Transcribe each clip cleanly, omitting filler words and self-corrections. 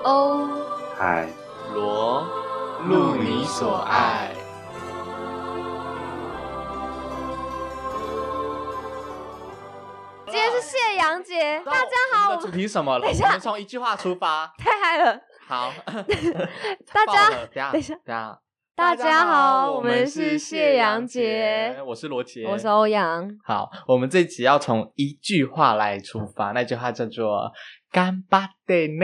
欧海罗路你所爱。 今天是谢阳节，大家好。 我们的主题是什么了？ 等一下我们从一句话出发。 太嗨了！ 好， 大家等一下， 大家好，我们是谢阳节， 我是罗杰， 我是欧阳。 好，我们这一集要从一句话来出发，那句话叫做“干巴的呢”。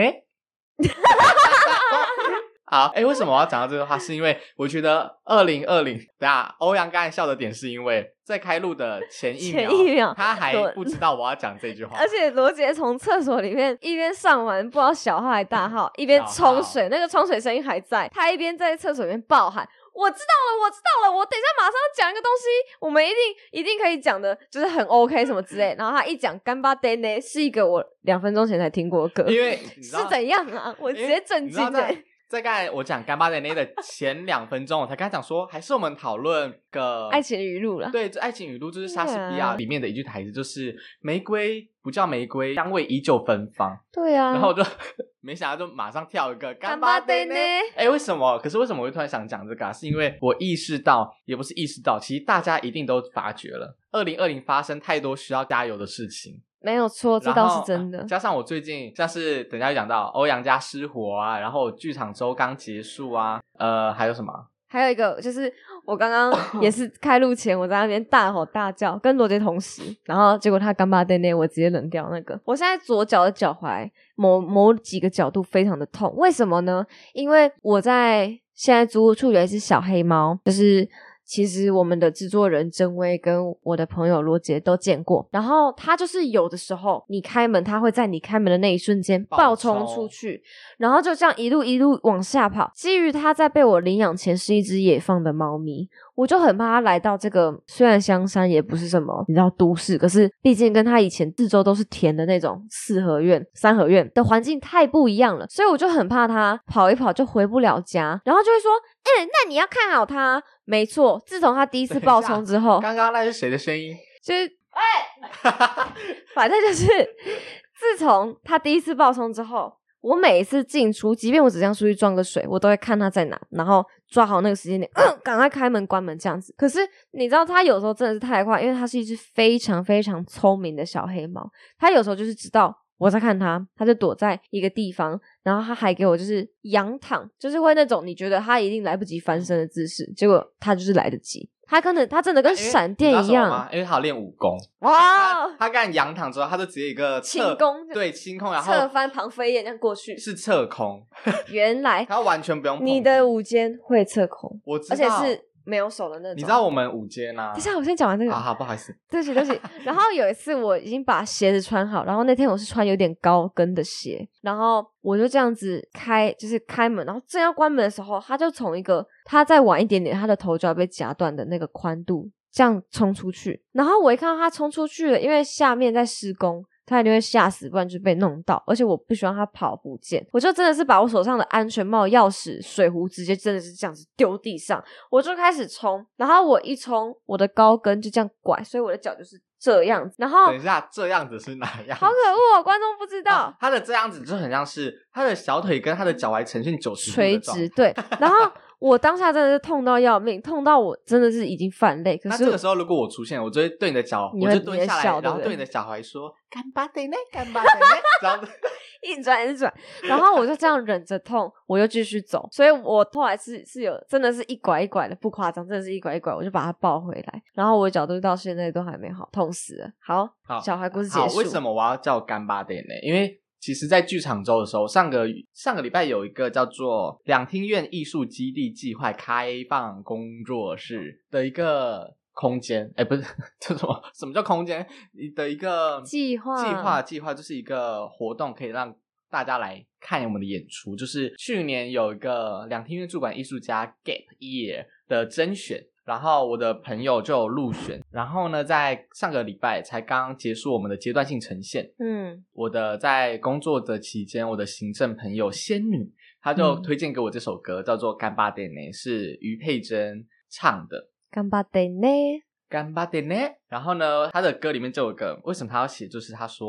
好，为什么我要讲到这个话？是因为我觉得2020，等下欧阳刚才笑的点是因为在开录的前一秒他还不知道我要讲这句话， 而且罗杰从厕所里面一边上完不知道小号还大号，一边冲水，那个冲水声音还在，他一边在厕所里面爆喊。我知道了，我等一下马上要讲一个东西，我们一定可以讲的，就是很 OK 什么之类。然后他一讲干巴爹呢，是一个我2分钟前才听过的歌， 因为是怎样啊？我直接震惊在刚才我讲干巴爹呢的前2分钟，我才跟他讲说，还是我们讨论个爱情语录了。 对，爱情语录就是莎士比亚里面的一句台词，就是玫瑰不叫玫瑰，香味依旧芬芳。 对啊， 然后我就没想到就马上跳一个干巴爹呢。为什么？可是为什么我会突然想讲这个啊？是因为我意识到，也不是意识到，其实大家一定都发觉了，2020发生太多需要加油的事情。 没有错，这倒是真的。 加上我最近像是等一下就讲到欧阳家失火啊，然后剧场周刚结束啊，还有什么？ 还有一个就是我刚刚也是开录前我在那边大吼大叫，跟罗杰同时，然后结果他干巴爹呢，我直接冷掉那个。我现在左脚的脚踝某几个角度非常的痛，为什么呢？因为我在现在租屋处有一只小黑猫，就是其实我们的制作人真威跟我的朋友罗杰都见过，然后他就是有的时候你开门，他会在你开门的那一瞬间暴冲出去，然后就这样一路往下跑。基于他在被我领养前是一只野放的猫咪，我就很怕他来到这个虽然香山也不是什么你知道都市，可是毕竟跟他以前四周都是田的那种4合院3合院的环境太不一样了，所以我就很怕他跑一跑就回不了家，然后就会说那你要看好他。没错，自从他第一次暴冲之后， 刚刚那是谁的声音？ 就是反正就是自从他第一次暴冲之后，我每一次进出，即便我只想出去装个水，我都会看他在哪，然后抓好那个时间点，赶快开门关门这样子。可是你知道他有时候真的是太快，因为他是一只非常非常聪明的小黑猫，他有时候就是知道我在看他，他就躲在一个地方，然后他还给我就是仰躺，就是会那种你觉得他一定来不及翻身的姿势，结果他就是来得及。他真的跟闪电一样， 因为他有练武功。 哇！ 他刚仰躺之后，他就直接一个轻功， 对，轻空，然后侧翻庞飞燕这样过去， 是侧空。 原来他完全不用碰。 你的舞肩会侧空， 我知道， 而且是没有手的那种。 你知道我们舞肩啊？ 等一下，我先讲完这个。 好，不好意思， 对不起。然后有一次我已经把鞋子穿好，然后那天我是穿有点高跟的鞋，然后我就这样子开门，然后正要关门的时候，他就从一个他再晚一点点，他的头就要被夹断的那个宽度这样冲出去。然后我一看到他冲出去了，因为下面在施工，他一定会吓死，不然就被弄到。而且我不希望他跑不见，我就真的是把我手上的安全帽、钥匙、水壶直接真的是这样子丢地上，我就开始冲。然后我一冲，我的高跟就这样拐，所以我的脚就是这样子。然后等一下，这样子是哪样子？ 好可恶哦，观众不知道。 他的这样子就很像是他的小腿跟他的脚踝呈现90度的垂直，对。然后我当下真的是痛到要命，痛到我真的是已经泛泪。可是那这个时候如果我出现，我就会对你的脚，我就蹲下来，然后对你的脚踝说干巴爹呢，干巴爹呢，这样子一转，然后我就这样忍着痛，我又继续走。所以我后来是有真的是一拐一拐的，不夸张，真的是一拐一拐，我就把它抱回来。然后我的脚都到现在都还没好，痛死了。好，小孩故事结束。 好，为什么我要叫干巴爹呢？因为其实在剧场周的时候，上个礼拜有一个叫做两厅院艺术基地计划开放工作室的一个空间，不是这什么叫空间的一个计划就是一个活动，可以让大家来看我们的演出。就是去年有一个两厅院驻馆艺术家 Gap Year 的甄选，然后我的朋友就有入选，然后呢在上个礼拜才刚结束我们的阶段性呈现。我的在工作的期间，我的行政朋友仙女她就推荐给我这首歌，叫做干巴爹呢，是于佩珍唱的干巴爹呢， 干巴爹呢。然后呢她的歌里面就有个为什么她要写，就是她说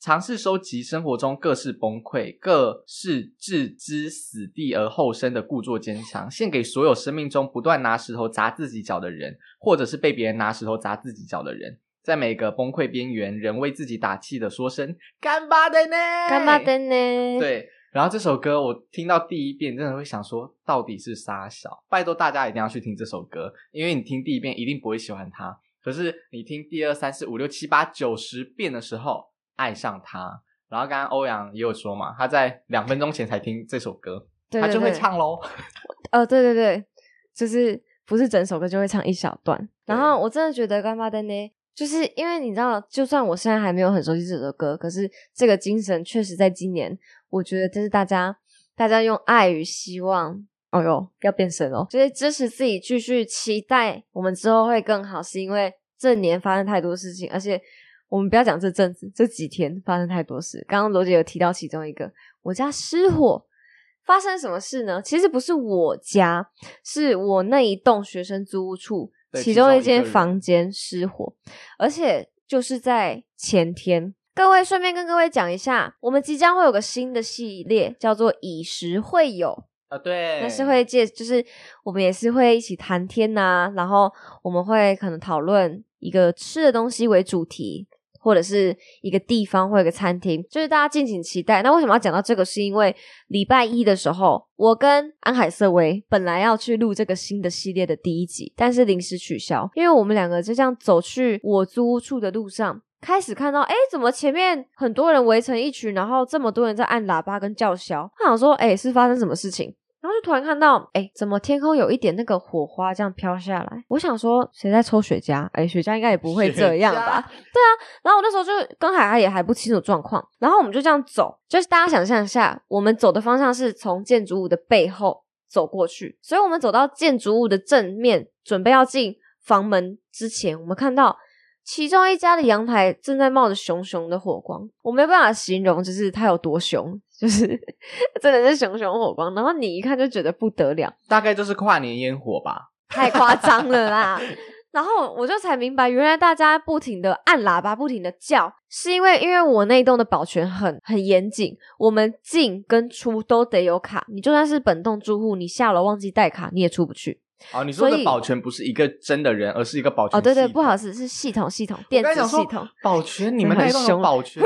尝试收集生活中各式崩溃、各式置之死地而后生的故作坚强，献给所有生命中不断拿石头砸自己脚的人，或者是被别人拿石头砸自己脚的人。在每个崩溃边缘，人为自己打气的说声干巴的呢， 干巴的呢。 对，然后这首歌我听到第一遍真的会想说到底是啥小，拜托大家一定要去听这首歌，因为你听第一遍一定不会喜欢它，可是你听第2、3、4、5、6、7、8、90遍的时候爱上它。然后刚刚欧阳也有说嘛，他在2分钟前才听这首歌， 对对对， 他就会唱咯。 对对对，就是不是整首歌就会唱一小段。然后我真的觉得干巴的呢，就是因为你知道，就算我现在还没有很熟悉这首歌，可是这个精神确实在今年，我觉得这是大家用爱与希望，要变身哦，就是支持自己继续期待我们之后会更好，是因为这年发生太多事情，而且我们不要讲这阵子，这几天发生太多事。刚刚罗姐有提到其中一个，我家失火。发生什么事呢？其实不是我家，是我那一栋学生租屋处其中一间房间失火，而且就是在前天。各位顺便跟各位讲一下，我们即将会有个新的系列，叫做以食会友。 对， 那是会就是我们也是会一起谈天啊，然后我们会可能讨论一个吃的东西为主题，或者是一个地方或一个餐厅，就是大家敬请期待。那为什么要讲到这个，是因为礼拜一的时候，我跟安海瑟薇本来要去录这个新的系列的第1集，但是临时取消，因为我们两个就这样走去我租屋处的路上，开始看到怎么前面很多人围成一群，然后这么多人在按喇叭跟叫嚣，他想说是发生什么事情，然后就突然看到怎么天空有一点那个火花这样飘下来，我想说谁在抽雪茄，雪茄应该也不会这样吧，对啊，然后我那时候就跟海海也还不清楚状况，然后我们就这样走，就是大家想象一下，我们走的方向是从建筑物的背后走过去，所以我们走到建筑物的正面准备要进房门之前，我们看到其中一家的阳台正在冒着熊熊的火光，我没有办法形容就是它有多熊，就是真的是熊熊火光，然后你一看就觉得不得了， 大概就是跨年烟火吧， 太夸张了啦然后我就才明白，原来大家不停的按喇叭不停的叫，是因为我那一栋的保全很严谨，我们进跟出都得有卡，你就算是本栋住户，你下楼忘记带卡你也出不去。 你说的保全不是一个真的人，而是一个保全系统。 对，不好意思，是系统电子系统。 保全，你们那栋有保全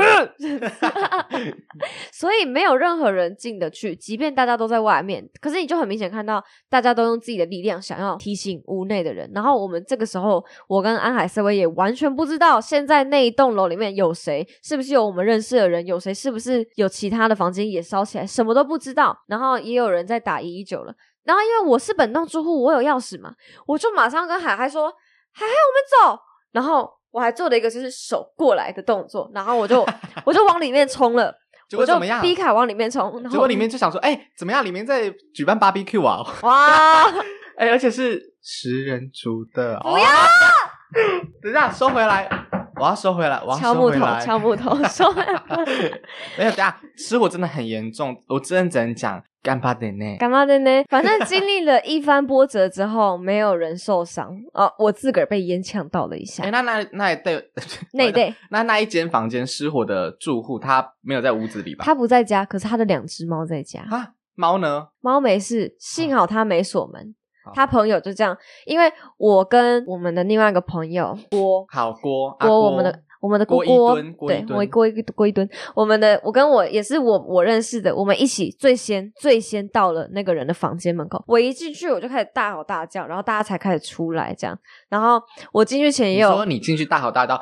所以没有任何人进得去，即便大家都在外面，可是你就很明显看到大家都用自己的力量想要提醒屋内的人，然后我们这个时候我跟安海瑟薇也完全不知道现在那一栋楼里面有谁，是不是有我们认识的人，有谁是不是有其他的房间也烧起来，什么都不知道，然后也有人在打119了，然后因为我是本栋住户，我有钥匙嘛，我就马上跟海海说海海我们走，然后我还做了一个就是手过来的动作，然后我就往里面冲了结果怎么样？ 我就逼凯往里面冲， 结果里面就想说怎么样，里面在举办 BBQ 啊， 哇而且是10人组的， 不要等一下收回来，我要收回来， 敲木头收回来没有，等一下失火真的很严重，我真的只能讲干巴的呢， 反正经历了一番波折之后没有人受伤我自个儿被烟呛到了一下那一间房间失火的住户他没有在屋子里吧？ 他不在家，可是他的2只猫在家猫呢？ 猫没事，幸好他没锁门他朋友就这样，因为我跟我们的另外一个朋友郭我们的郭对，郭一吨，我跟我也是我认识的，我们一起最先到了那个人的房间门口，我一进去我就开始大吼大叫，然后大家才开始出来这样，然后我进去前也有， 你说你进去大吼大叫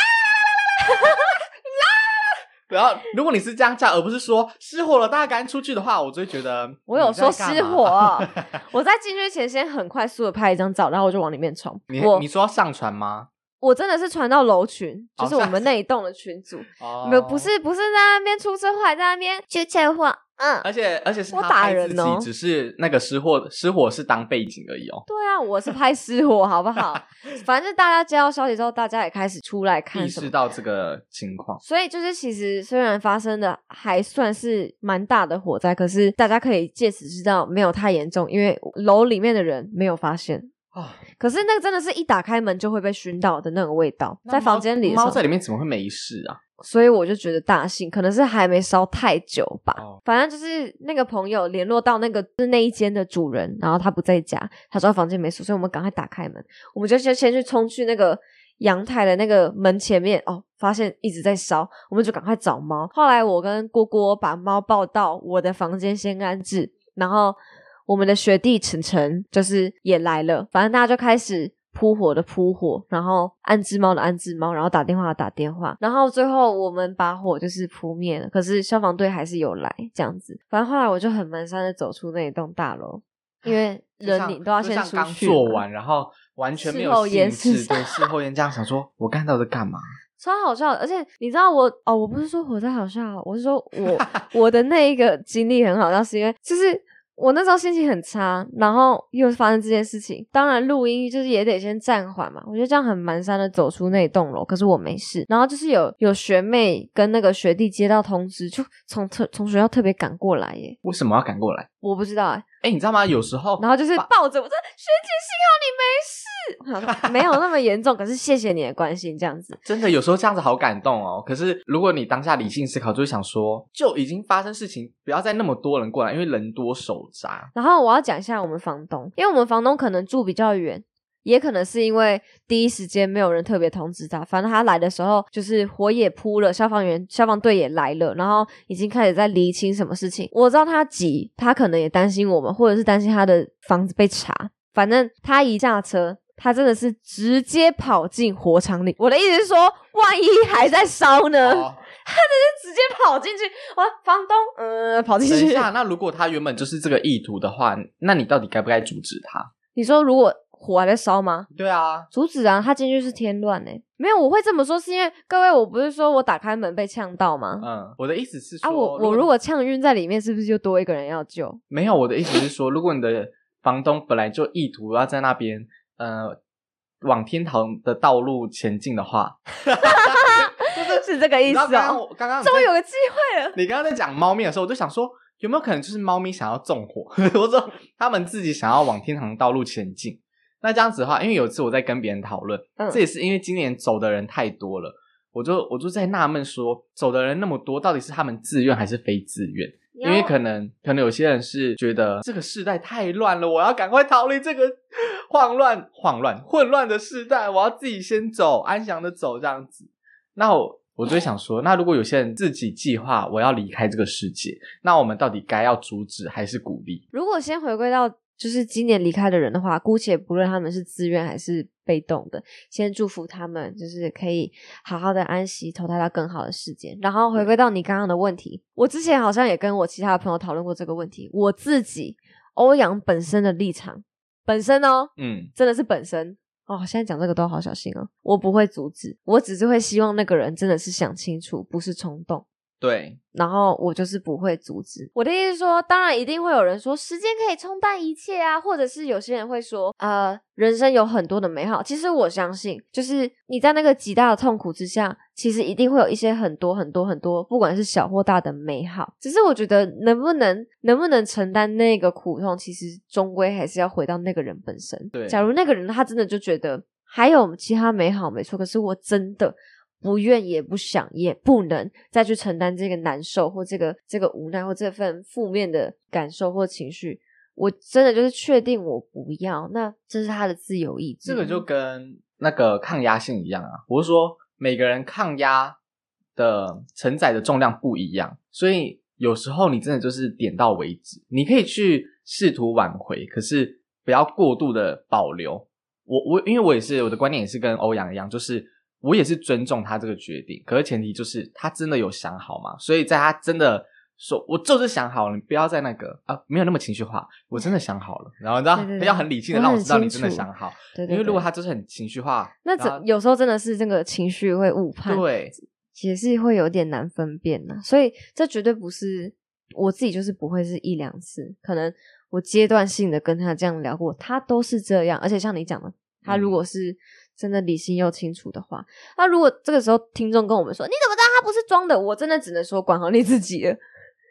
然后如果你是这样叫而不是说失火了大家赶紧出去的话，我就会觉得我有说失火我在进去前先很快速的拍一张照，然后我就往里面冲。 你说要上传吗？ 我真的是传到楼群，就是我们那一栋的群组不是在那边出车祸还在那边去车祸而且是他打人自己只是那个失火是当背景而已对啊，我是拍失火好不好反正大家接到消息之后，大家也开始出来看， 意识到这个情况， 所以就是其实虽然发生的还算是蛮大的火灾，可是大家可以借此知道没有太严重，因为楼里面的人没有发现可是那个真的是一打开门就会被熏到的那个味道，在房间里的时候猫在里面怎么会没事啊？ 所以我就觉得大幸，可能是还没烧太久吧。反正就是那个朋友联络到就是那一间的主人，然后他不在家，他说房间没锁，所以我们赶快打开门，我们就先去冲去那个阳台的那个门前面，发现一直在烧，我们就赶快找猫。后来我跟郭郭把猫抱到我的房间先安置，然后我们的学弟晨晨就是也来了，反正大家就开始扑火的扑火，然后安置猫的安置猫，然后打电话的打电话，然后最后我们把火就是扑灭了，可是消防队还是有来这样子。反正后来我就很蹒跚的走出那一栋大楼，因为人你都要先出去， 就像刚做完然后完全没有兴致，对，事后烟这样想说我刚才在干嘛， 超好笑的。而且你知道我不是说火灾好笑，我是说我的那一个经历很好笑，是因为就是我那时候心情很差，然后又发生这件事情，当然录音就是也得先暂缓嘛。我觉得这样很蹒跚的走出那栋楼，可是我没事。然后就是有学妹跟那个学弟接到通知，就从学校特别赶过来耶。 为什么要赶过来？ 我不知道你知道吗？有时候然后就是抱着我说学姐幸好你没事，没有那么严重，可是谢谢你的关心这样子。 真的有时候这样子好感动哦。可是如果你当下理性思考，就会想说就已经发生事情，不要再那么多人过来，因为人多手杂。 然后我要讲一下我们房东，因为我们房东可能住比较远，也可能是因为第一时间没有人特别通知他，反正他来的时候就是火也扑了，消防队也来了，然后已经开始在厘清什么事情。我知道他急，他可能也担心我们，或者是担心他的房子被查。反正他一下车，他真的是直接跑进火场里。我的意思是说，万一还在烧呢？他只是直接跑进去，房东跑进去。 等一下，那如果他原本就是这个意图的话，那你到底该不该阻止他？ 你说如果火还在烧吗？ 对啊， 阻止啊，他进去是添乱欸。没有，我会这么说是因为各位，我不是说我打开门被呛到吗？ 我的意思是说我如果呛晕在里面，是不是就多一个人要救？ 没有，我的意思是说，如果你的房东本来就意图要在那边往天堂的道路前进的话是这个意思哦。 刚刚终于有个机会了。 你刚刚在讲猫咪的时候，我就想说有没有可能就是猫咪想要纵火我说他们自己想要往天堂的道路前进。那这样子的话，因为有一次我在跟别人讨论，这也是因为今年走的人太多了，我就在纳闷说，走的人那么多，到底是他们自愿还是非自愿？因为可能有些人是觉得这个世代太乱了，我要赶快逃离这个混乱的世代，我要自己先走，安详的走这样子。那我就会想说，那如果有些人自己计划我要离开这个世界，那我们到底该要阻止还是鼓励？ 如果先回归到就是今年离开的人的话，姑且不论他们是自愿还是被动的，先祝福他们就是可以好好的安息，投胎到更好的世界。然后回归到你刚刚的问题，我之前好像也跟我其他的朋友讨论过这个问题。我自己欧阳本身的立场，本身真的是本身现在讲这个都好小心我不会阻止，我只是会希望那个人真的是想清楚，不是冲动。 对， 然后我就是不会阻止。我的意思是说，当然一定会有人说时间可以冲淡一切啊，或者是有些人会说人生有很多的美好。其实我相信，就是你在那个极大的痛苦之下，其实一定会有一些很多很多很多，不管是小或大的美好。只是我觉得能不能承担那个苦痛，其实终归还是要回到那个人本身。 对， 假如那个人他真的就觉得还有其他美好没错，可是我真的不愿也不想也不能再去承担这个难受或这个无奈或这份负面的感受或情绪，我真的就是确定我不要，那这是他的自由意志。 这个就跟那个抗压性一样啊，我是说每个人抗压的承载的重量不一样，所以有时候你真的就是点到为止，你可以去试图挽回，可是不要过度的保留。因为我也是，我的观念也是跟欧阳一样，就是我也是尊重他这个决定，可是前提就是他真的有想好嘛。所以在他真的说我就是想好了，你不要再那个没有那么情绪化，我真的想好了，然后你知道对要很理性的让我知道你真的想好。对，因为如果他就是很情绪化， 那有时候真的是这个情绪会误判， 对， 也是会有点难分辨啊。所以这绝对不是我自己，就是不会是一两次，可能我阶段性的跟他这样聊过，他都是这样。而且像你讲的，他如果是真的理性又清楚的话，那如果这个时候听众跟我们说你怎么知道他不是装的，我真的只能说管好你自己了。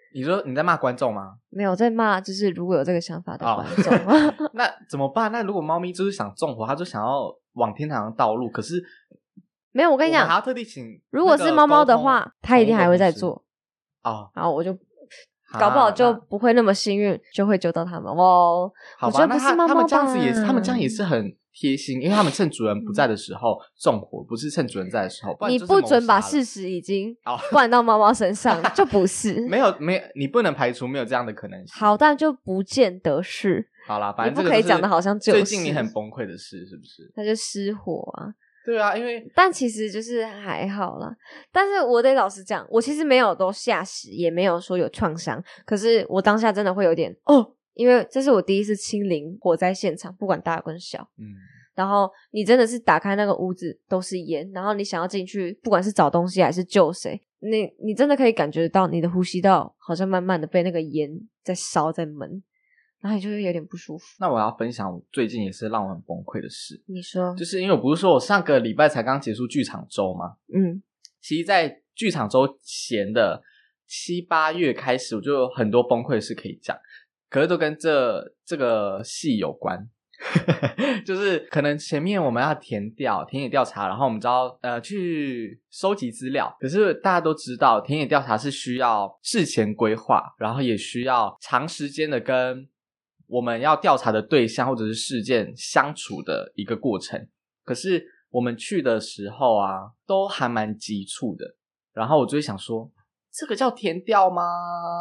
你说你在骂观众吗？ 没有在骂，就是如果有这个想法的观众。 那怎么办？那如果猫咪就是想纵火，它就想要往天堂的道路，可是没有，我跟你讲， 还要特地请， 如果是猫猫的话，它一定还会再做哦。 然后我就搞不好就不会那么幸运，就会救到它们哦。 好吧，那他们这样子也是，他们这样也是很贴心，因为他们趁主人不在的时候纵火，不是趁主人在的时候。 你不准把事实已经灌到猫猫身上，就不是。 没有，你不能排除没有这样的可能性。 好，但就不见得是。 好啦，反正这个你不可以讲的好像就是最近你很崩溃的事，是不是？ 那就失火啊。 对啊，因为但其实就是还好啦。但是我得老实讲，我其实没有都吓死，也没有说有创伤。可是我当下真的会有点因为这是我第一次亲临火灾现场，不管大跟小。然后你真的是打开那个屋子都是烟，然后你想要进去，不管是找东西还是救谁，你真的可以感觉到你的呼吸道好像慢慢的被那个烟在烧在闷。然后你就会有点不舒服。 那我要分享我最近也是让我很崩溃的事。 你说。 就是因为我不是说我上个礼拜才刚结束剧场周吗？其实在剧场周前的7、8月开始，我就有很多崩溃的事可以讲，可是都跟这个戏有关。就是可能前面我们要田野调查，然后我们知道去收集资料，可是大家都知道田野调查是需要事前规划，然后也需要长时间的跟我们要调查的对象或者是事件相处的一个过程。可是我们去的时候啊，都还蛮急促的，然后我就会想说，这个叫田调吗？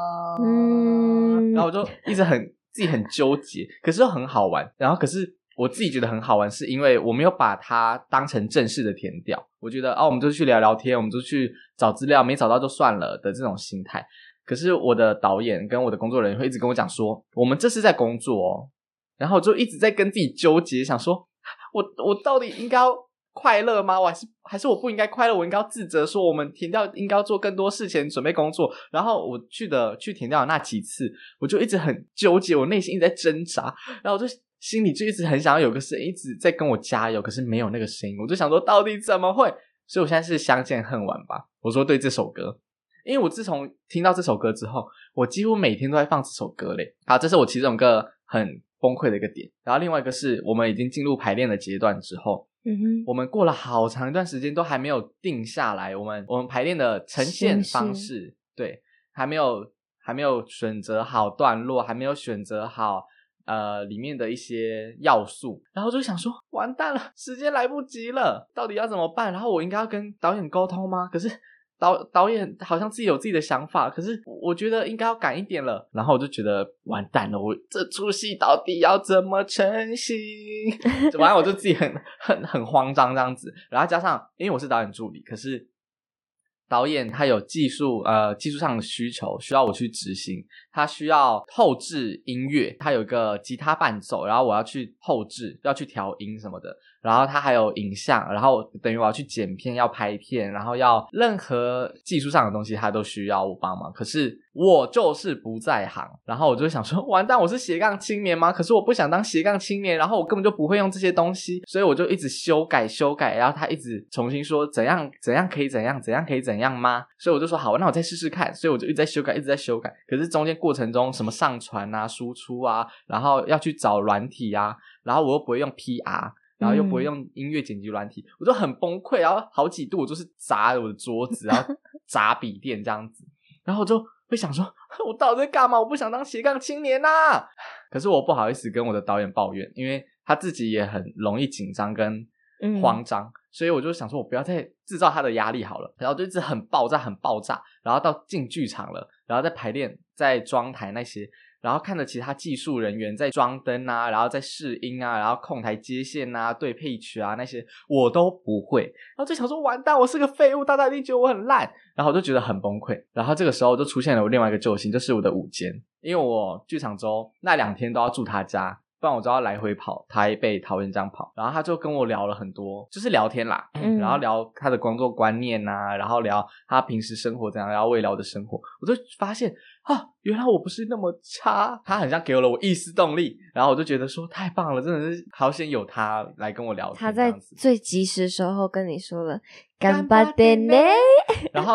然后我就一直自己很纠结，可是又很好玩。然后可是我自己觉得很好玩，是因为我没有把它当成正式的田调，我觉得我们就去聊聊天，我们就去找资料，没找到就算了的这种心态。可是我的导演跟我的工作人员会一直跟我讲说，我们这是在工作哦。然后我就一直在跟自己纠结，想说我到底应该要快乐吗？还是我不应该快乐，我应该要自责，说我们田调应该要做更多事前准备工作。然后我去田调的那几次，我就一直很纠结，我内心一直在挣扎，然后我就心里就一直很想要有个声音一直在跟我加油，可是没有那个声音。我就想说到底怎么会？所以我现在是相见恨晚吧。我说对这首歌，因为我自从听到这首歌之后，我几乎每天都在放这首歌嘞。好，这是我其中一个很崩溃的一个点。然后另外一个是我们已经进入排练的阶段之后，我们过了好长一段时间都还没有定下来我们排练的呈现方式，对，还没有选择好段落，还没有选择好里面的一些要素。然后就想说完蛋了，时间来不及了，到底要怎么办？然后我应该要跟导演沟通吗？可是导演好像自己有自己的想法，可是我觉得应该要赶一点了。然后我就觉得完蛋了，我这出戏到底要怎么成型？完了我就自己很慌张这样子。然后加上因为我是导演助理，可是导演他有技术上的需求需要我去执行，他需要后制音乐，他有一个吉他伴奏，然后我要去后制，要去调音什么的，然后他还有影像，然后等于我要去剪片，要拍片，然后要任何技术上的东西他都需要我帮忙。可是我就是不在行，然后我就想说完蛋，我是斜杠青年吗？可是我不想当斜杠青年，然后我根本就不会用这些东西，所以我就一直修改，然后他一直重新说怎样可以怎样可以怎样吗？所以我就说好，那我再试试看。所以我就一直在修改，可是中间过程中什么上传啊输出啊，然后要去找软体啊，然后我又不会用 PR，然后又不会用音乐剪辑软体，我就很崩溃。然后好几度我就是砸我的桌子，然后砸笔电这样子，然后我就会想说我到底在干嘛？我不想当斜杠青年啊。可是我不好意思跟我的导演抱怨，因为他自己也很容易紧张跟慌张，所以我就想说我不要再制造他的压力好了。然后就一直很爆炸，然后到进剧场了，然后在排练，在装台那些，然后看着其他技术人员在装灯啊，然后在试音啊，然后控台接线啊，对配曲啊，那些我都不会。然后就想说完蛋，我是个废物，大家一定觉得我很烂。然后我就觉得很崩溃。然后这个时候就出现了我另外一个救星，就是我的舞监。因为我剧场周那2天都要住他家，不然我就要来回跑台北桃园这样跑。然后他就跟我聊了很多，就是聊天啦，然后聊他的工作观念啊，然后聊他平时生活怎样，然后未聊的生活。我就发现原来我不是那么差，他很像给了我一丝动力。然后我就觉得说太棒了，真的是好险有他来跟我聊天， 他在最及时的时候跟你说了干巴爹呢。 然后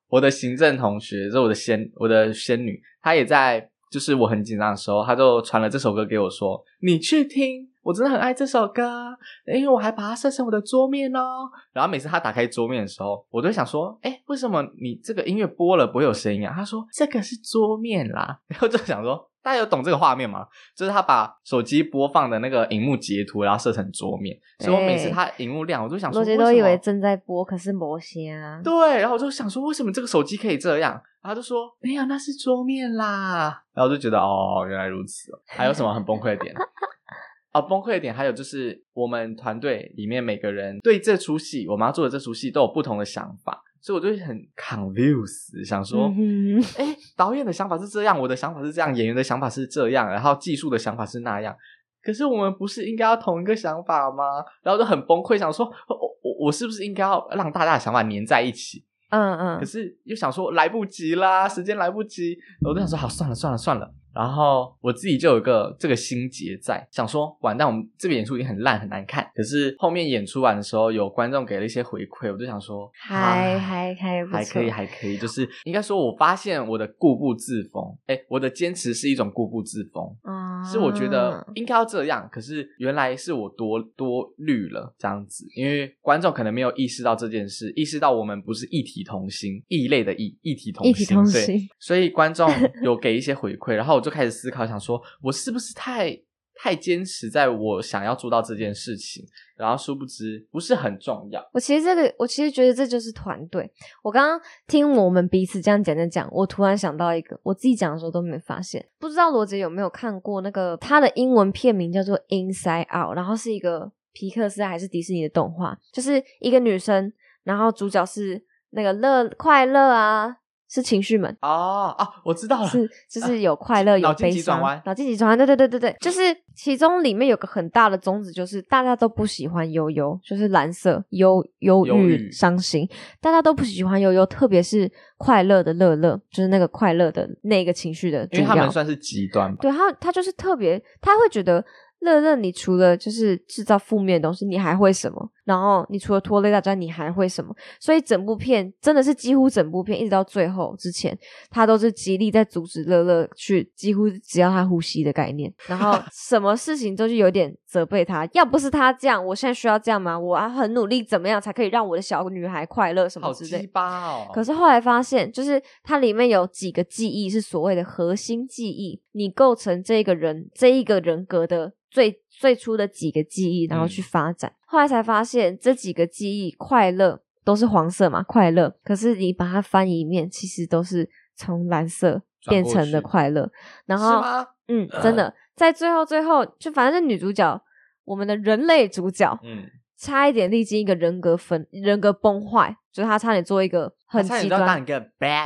我的行政同学，就是我的仙女，她也在就是我很紧张的时候，她就传了这首歌给我说，你去听，我真的很爱这首歌，因为我还把它设成我的桌面哦。然后每次她打开桌面的时候，我都会想说，为什么你这个音乐播了不会有声音啊？她说这个是桌面啦。然后就想说，大家有懂这个画面吗？就是他把手机播放的那个荧幕截图，然后设成桌面，所以我每次他荧幕亮，我就想说， 罗杰都以为正在播，可是没声啊。 对，然后我就想说，为什么这个手机可以这样？然后他就说没有，那是桌面啦。然后我就觉得原来如此哦。还有什么很崩溃的点？崩溃的点还有就是我们团队里面每个人对这出戏，我们要做的这出戏都有不同的想法。所以我就很 confused， 想说导演的想法是这样，我的想法是这样，演员的想法是这样，然后技术的想法是那样，可是我们不是应该要同一个想法吗？然后就很崩溃，想说我是不是应该要让大家的想法粘在一起？可是又想说来不及啦，时间来不及，我就想说好，算了。然后我自己就有一个这个心结在，想说完蛋，我们这个演出已经很烂很难看，可是后面演出完的时候有观众给了一些回馈，我就想说还可以，就是应该说我发现我的固步自封，我的坚持是一种固步自封，是我觉得应该要这样，可是原来是我多虑了这样子，因为观众可能没有意识到这件事，意识到我们不是异体同心，异类的异体同心，对，所以观众有给一些回馈，然后我就开始思考，想说我是不是太坚持在我想要做到这件事情，然后殊不知不是很重要。 我其实觉得这就是团队。我刚刚听我们彼此这样讲，我突然想到一个，我自己讲的时候都没发现。不知道罗杰有没有看过那个他的英文片名叫做 Inside Out， 然后是一个皮克斯还是迪士尼的动画，就是一个女生，然后主角是那个快乐啊，是情绪们我知道了， 就是有快乐有悲伤，脑筋急转弯，对，就是其中里面有个很大的宗旨，就是大家都不喜欢忧忧，就是蓝色忧郁伤心，大家都不喜欢忧忧，特别是快乐的乐乐，就是那个快乐的那个情绪的主要， 因为他们算是极端吧。 对，他就是特别，他会觉得乐乐你除了就是制造负面的东西你还会什么，然后你除了拖累大家你还会什么，所以整部片真的是几乎整部片一直到最后之前他都是极力在阻止乐乐去几乎只要他呼吸的概念，然后什么事情都是有点责备他，要不是他这样我现在需要这样吗？我要很努力怎么样才可以让我的小女孩快乐什么之类， 好鸡巴哦。 可是后来发现就是它里面有几个记忆是所谓的核心记忆，你构成这一个人格的最初的几个记忆，然后去发展，后来才发现这几个记忆快乐都是黄色嘛，快乐，可是你把它翻一面其实都是从蓝色变成的快乐，然后是吗？ 真的在最后就反正是女主角，我们的人类主角差一点历经一个人格崩坏，就是她差点做一个很极端， 她差点当一个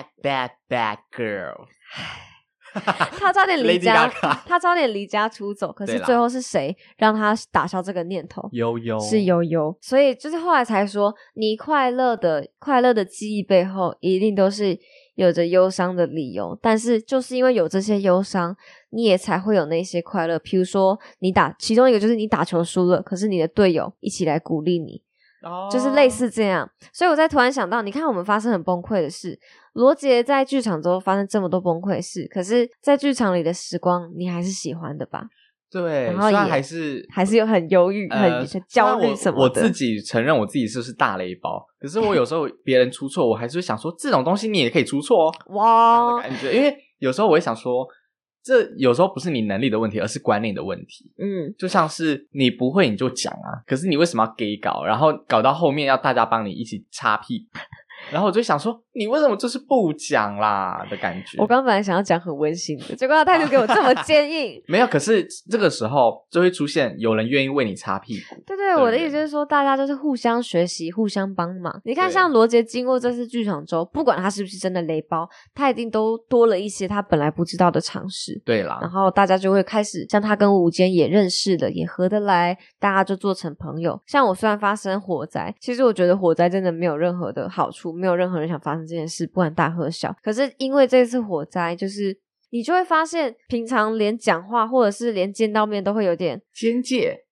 bad girl 他差点离家出走，可是最后是谁让他打消这个念头？悠悠，是悠悠。所以就是后来才说，你快乐的记忆背后一定都是有着忧伤的理由，但是就是因为有这些忧伤，你也才会有那些快乐。比如说其中一个就是你打球输了，可是你的队友一起来鼓励你，就是类似这样。所以我才突然想到，你看我们发生很崩溃的事，罗杰在剧场中发生这么多崩溃的事，可是在剧场里的时光你还是喜欢的吧？ 对， 然后虽然还是有很忧郁很焦虑什么的。 我自己承认我自己是大雷包，可是我有时候别人出错我还是会想说这种东西你也可以出错哦，哇，感觉。因为有时候我会想说这有时候不是你能力的问题，而是观念的问题。就像是你不会你就讲啊，可是你为什么要给搞，然后搞到后面要大家帮你一起擦屁然后我就想说你为什么就是不讲啦的感觉。 我刚本来想要讲很温馨的，结果他态度给我这么坚硬没有，可是这个时候就会出现有人愿意为你擦屁股。 对，我的意思就是说大家就是互相学习互相帮忙。你看像罗杰经过这次剧场周，不管他是不是真的雷包，他一定都多了一些他本来不知道的尝试。 对啦， 然后大家就会开始像他跟吴坚也认识了，也合得来，大家就做成朋友。像我虽然发生火灾，其实我觉得火灾真的没有任何的好处，没有任何人想发生这件事，不管大和小。可是因为这次火灾，就是你就会发现平常连讲话或者是连见到面都会有点边界，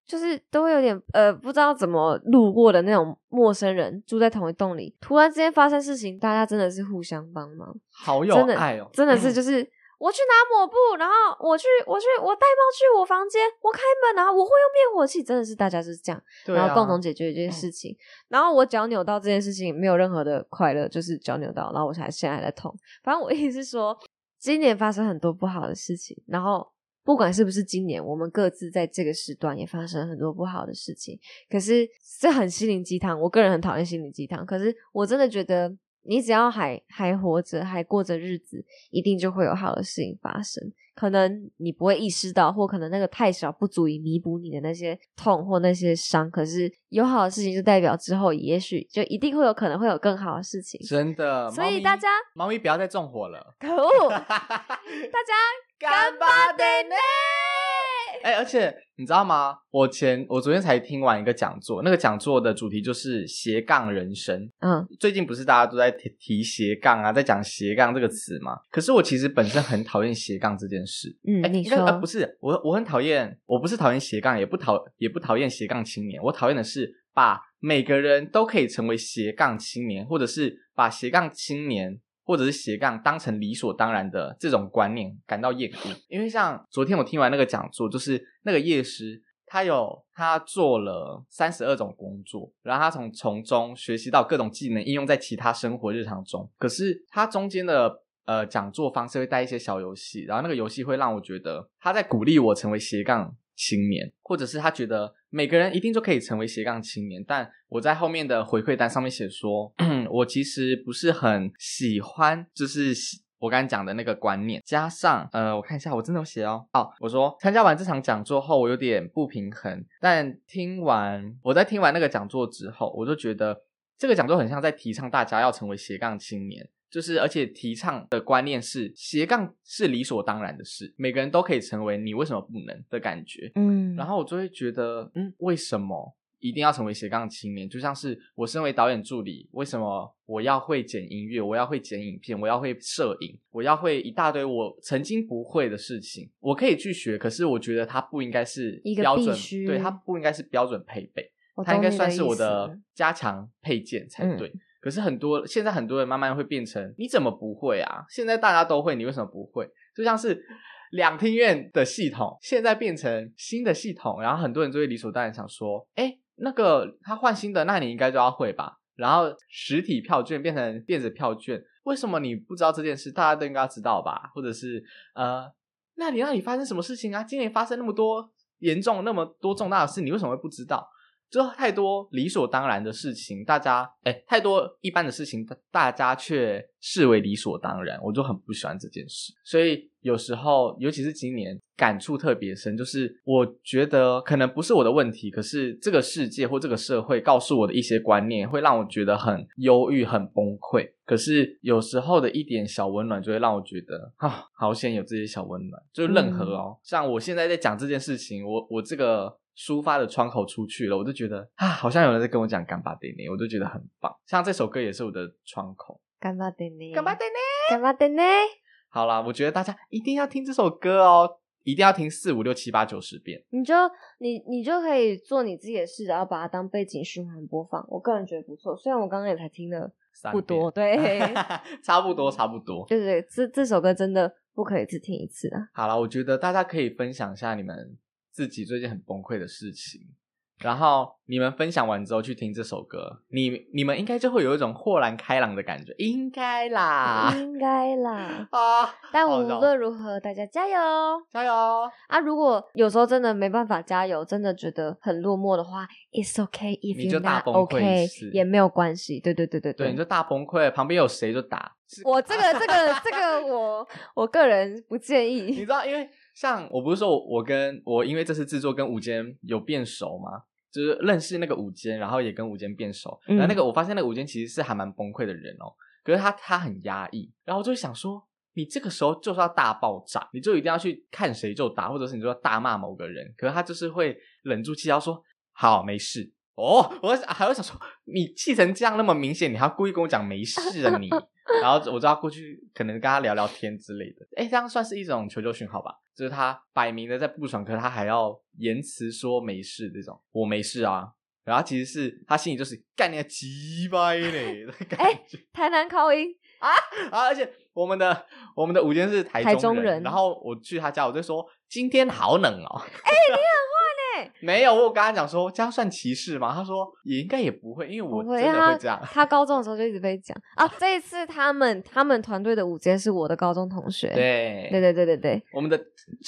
就是都会有点不知道怎么路过的那种陌生人，住在同一栋里，突然之间发生事情，大家真的是互相帮忙， 好有爱哦， 真的是就是我去拿抹布，然后我戴帽去我房间，我开门，然后我会用灭火器，真的是大家就是这样， 对啊， 然后共同解决一件事情。然后我脚扭到这件事情没有任何的快乐，就是脚扭到，然后我现在还在痛。反正我意思是说，今年发生很多不好的事情，然后不管是不是今年，我们各自在这个时段也发生很多不好的事情。可是这很心灵鸡汤，我个人很讨厌心灵鸡汤，可是我真的觉得你只要还活着，还过着日子，一定就会有好的事情发生。可能你不会意识到，或可能那个太小，不足以弥补你的那些痛或那些伤。可是有好的事情，就代表之后也许就一定会有可能会有更好的事情。 真的， 所以大家猫咪不要再纵火了， 可恶！大家干巴得呢！ 而且你知道吗？我昨天才听完一个讲座，那个讲座的主题就是斜杠人生。最近不是大家都在提斜杠啊，在讲斜杠这个词吗？可是我其实本身很讨厌斜杠这件事。 你说不是我很讨厌，我不是讨厌斜杠，也不讨厌斜杠青年，我讨厌的是把每个人都可以成为斜杠青年，或者是把斜杠青年或者是斜杠当成理所当然的这种观念感到厌恶。因为像昨天我听完那个讲座，就是那个业师他做了32种工作，然后他从中学习到各种技能应用在其他生活日常中。可是他中间的讲座方式会带一些小游戏，然后那个游戏会让我觉得他在鼓励我成为斜杠青年，或者是他觉得每个人一定就可以成为斜杠青年。但我在后面的回馈单上面写说我其实不是很喜欢就是我刚才讲的那个观念，加上我看一下，我真的有写哦。我说参加完这场讲座后我有点不平衡，但我在听完那个讲座之后，我就觉得这个讲座很像在提倡大家要成为斜杠青年，就是而且提倡的观念是斜杠是理所当然的事，每个人都可以成为，你为什么不能的感觉。然后我就会觉得为什么一定要成为斜杠青年？就像是我身为导演助理，为什么我要会剪音乐，我要会剪影片，我要会摄影，我要会一大堆我曾经不会的事情，我可以去学，可是我觉得它不应该是标准，对，它不应该是标准配备，它应该算是我的加强配件才对。可是现在很多人慢慢会变成你怎么不会啊？现在大家都会，你为什么不会？就像是两厅院的系统现在变成新的系统，然后很多人就会理所当然想说那个他换新的，那你应该就要会吧。然后实体票券变成电子票券，为什么你不知道这件事？大家都应该知道吧？或者是那里发生什么事情啊？今年发生那么多严重那么多重大的事，你为什么会不知道？就太多理所当然的事情，太多一般的事情大家却视为理所当然，我就很不喜欢这件事。所以有时候尤其是今年感触特别深，就是我觉得可能不是我的问题，可是这个世界或这个社会告诉我的一些观念会让我觉得很忧郁很崩溃。可是有时候的一点小温暖就会让我觉得好险有这些小温暖，就任何像我现在在讲这件事情，我这个抒发的窗口出去了，我就觉得好像有人在跟我讲干巴爹呢，我就觉得很棒。像这首歌也是我的窗口， 干巴爹呢， 干巴爹呢， 干巴爹呢。 好啦，我觉得大家一定要听这首歌哦，一定要听4、5、6、7、8、90遍。 你就可以做你自己的事，然后把它当背景循环播放。我个人觉得不错，虽然我刚刚也才听了不多，对， 差不多。 对，这首歌真的不可以只听一次啊。 好啦，我觉得大家可以分享一下你们自己最近很崩溃的事情，然后你们分享完之后去听这首歌，你们应该就会有一种豁然开朗的感觉，应该啦但无论如何大家加油啊！如果有时候真的没办法加油，真的觉得很落寞的话 It's okay if you're not okay 也没有关系。对， 你就大崩溃，旁边有谁就打。 我这个我个人不建议。 你知道，因为像我不是说我因为这次制作跟午间有变熟吗？就是认识那个午间，然后也跟午间变熟。然后我发现那个午间其实是还蛮崩溃的人哦，可是他很压抑，然后我就想说，你这个时候就是要大爆炸，你就一定要去看谁就打，或者是你就要大骂某个人。可是他就是会忍住气，要说好没事， 我还会想说，你气成这样那么明显，你还要故意跟我讲没事啊你？然后我就要过去，可能跟他聊聊天之类的。这样算是一种求救讯号吧？就是他摆明的在不爽，可是他还要言辞说没事这种，我没事啊。然后其实是他心里就是干你个鸡掰嘞的感觉。 台南口音啊！而且我们的午间是台中人，然后我去他家，我就说今天好冷哦。 你很坏呢。 没有，我有跟他讲说这样算歧视吗？他说应该也不会，因为我真的会这样。 他高中的时候就一直被讲啊。这一次他们团队的午间是我的高中同学。对， 我们的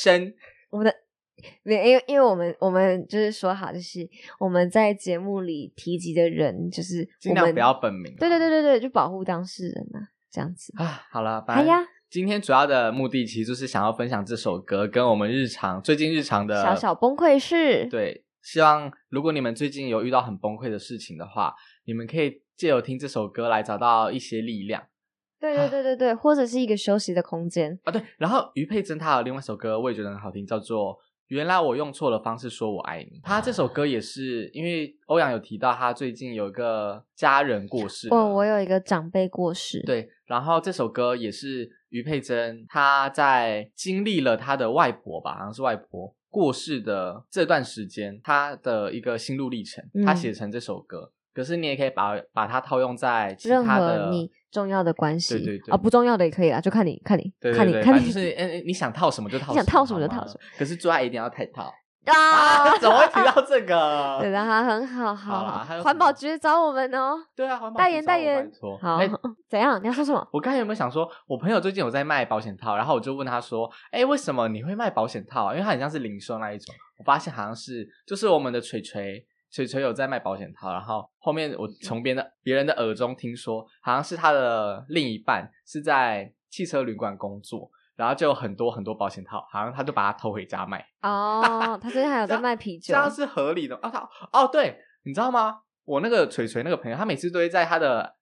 因为我们就是说好，就是我们在节目里提及的人，就是尽量不要本名。 对，就保护当事人啊，这样子啊。好了，反正今天主要的目的其实就是想要分享这首歌跟我们最近日常的小小崩溃事。 对，希望如果你们最近有遇到很崩溃的事情的话，你们可以借由听这首歌来找到一些力量。 对，或者是一个休息的空间啊。对，然后于佩珍她有另外一首歌我也觉得很好听，叫做原来我用错了方式说我爱你。他这首歌也是因为欧阳有提到他最近有一个家人过世了。 我有一个长辈过世。 对，然后这首歌也是于佩珍她在经历了她的外婆吧，好像是外婆过世的这段时间，她的一个心路历程，她写成这首歌。可是你也可以把它套用在其他的任何你重要的关系。 对不重要的也可以啦，就看你对， 看你就是你想套什么就套什么， 你想套什么就套什么。 可是做爱一定要太套啊！ 怎么会提到这个？ 对的，他很好，环保局找我们哦。 对啊，环保局代言。好，怎样？你要说什么？ 我刚才有没有想说，我朋友最近有在卖保险套，然后我就问他说：“为什么你会卖保险套？因为它很像是零售那一种。”我发现好像是就是我们的锤有在卖保险套，然后后面我从别人的耳中听说，好像是他的另一半是在汽车旅馆工作。然后就有很多很多保险套，好像他就把它偷回家卖。 他最近还有在卖啤酒， 这样是合理的对，你知道吗？我那个锤那个朋友，他每次都会在他的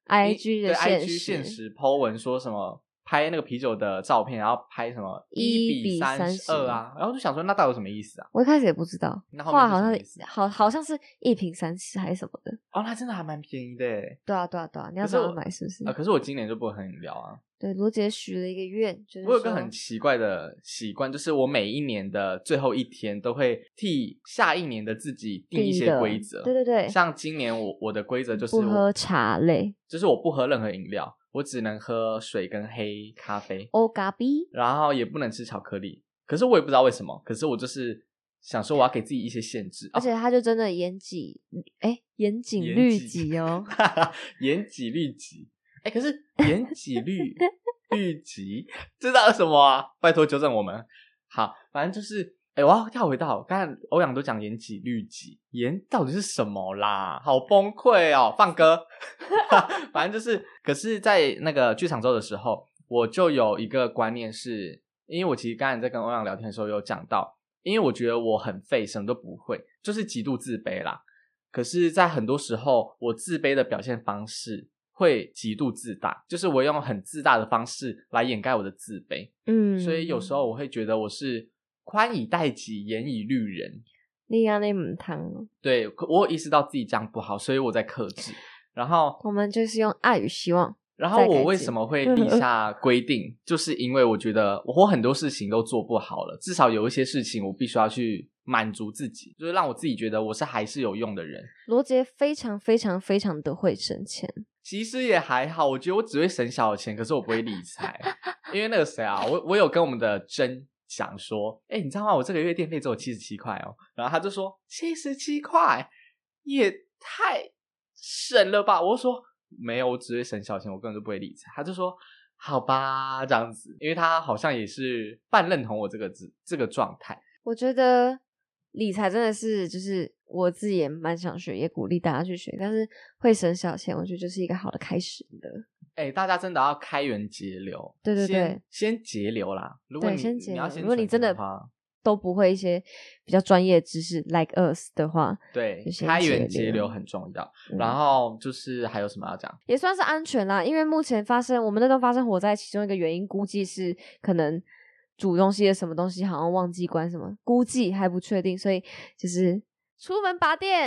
IG 限时 po 文说什么拍那个啤酒的照片，然后拍什么1:32啊，然后就想说那到底有什么意思啊？ 我一开始也不知道， 那后面是什么意思？ 好像是1瓶30还是什么的。 那真的还蛮便宜的。 对啊，你要找我买是不是？ 可是我今年就不喝饮料啊。 对，罗杰许了一个愿，就是我有个很奇怪的习惯，就是我每一年的最后一天都会替下一年的自己定一些规则。 对， 像今年我的规则就是不喝茶类， 就是我不喝任何饮料，我只能喝水跟黑咖啡。 咖啡， 然后也不能吃巧克力。可是我也不知道为什么，可是我就是想说我要给自己一些限制。 而且他就真的严谨律己哦， 严谨律己。可是严谨律己这叫什么啊？拜托纠正我们。好，反正就是我要跳回到刚才欧阳都讲严谨律己，严到底是什么啦？好崩溃哦！放歌。反正就是，可是在那个剧场周的时候，我就有一个观念是，因为我其实刚才在跟欧阳聊天的时候有讲到，因为我觉得我很废，什么都不会，就是极度自卑啦。可是在很多时候，我自卑的表现方式会极度自大，就是我用很自大的方式来掩盖我的自卑。所以有时候我会觉得我是宽以待己，严以律人。 你这样不通。 对，我有意识到自己这样不好，所以我在克制。然后我们就是用爱与希望。 然后我为什么会立下规定，就是因为我觉得我很多事情都做不好了，至少有一些事情我必须要去满足自己，就是让我自己觉得我还是有用的人。 罗杰非常非常非常的会省钱。 其实也还好，我觉得我只会省小钱，可是我不会理财。因为那个谁啊，我有跟我们的珍讲说，你知道吗？我这个月电费只有77块哦。然后他就说77块也太省了吧。我就说没有，我只会省小钱，我根本就不会理财。他就说好吧，这样子，因为他好像也是半认同我这个状态。 我觉得理财真的是就是我自己也蛮想学，也鼓励大家去学，但是会省小钱我觉得就是一个好的开始的。 大家真的要开源节流。 对， 先节流啦。如果你要先， 如果你真的都不会一些比较专业知识 like us 的话， 对，开源节流很重要。然后就是还有什么要讲？ 也算是安全啦，因为目前我们那栋发生火灾，其中一个原因估计是可能煮东西的什么东西好像忘记关什么，估计还不确定，所以就是出门拔电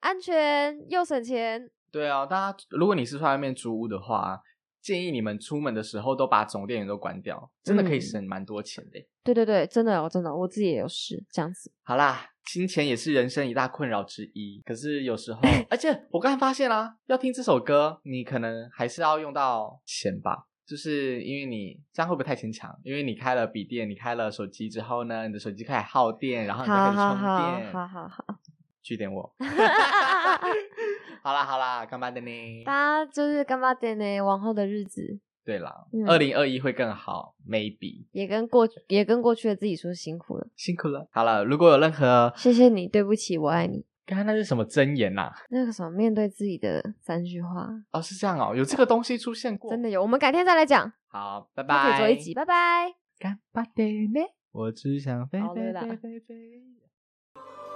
安全又省钱。 对啊，大家如果你是在外面租屋的话，建议你们出门的时候都把总电源都关掉，真的可以省蛮多钱的。 对对对，真的真的，我自己也有试这样子。 好啦，金钱也是人生一大困扰之一，可是有时候而且我刚才发现啦，要听这首歌你可能还是要用到钱吧，就是因为你这样会不会太牵强？因为你开了笔电，你开了手机之后呢，你的手机开始耗电，然后你就开始充电。 好， 据点我。好啦，干巴的呢？ 大家就是干巴点呢，往后的日子。 对啦，2021会更好 ，maybe 也跟过去的自己说辛苦了， 辛苦了。好了，如果有任何， 谢谢你，对不起，我爱你。 刚刚那是什么箴言啊？ 那个什么，面对自己的3句话。 哦，是这样哦，有这个东西出现过， 真的有。我们改天再来讲。 好，拜拜。 可以做一集，拜拜。 干巴的呢？我只想飞飞飞飞飞。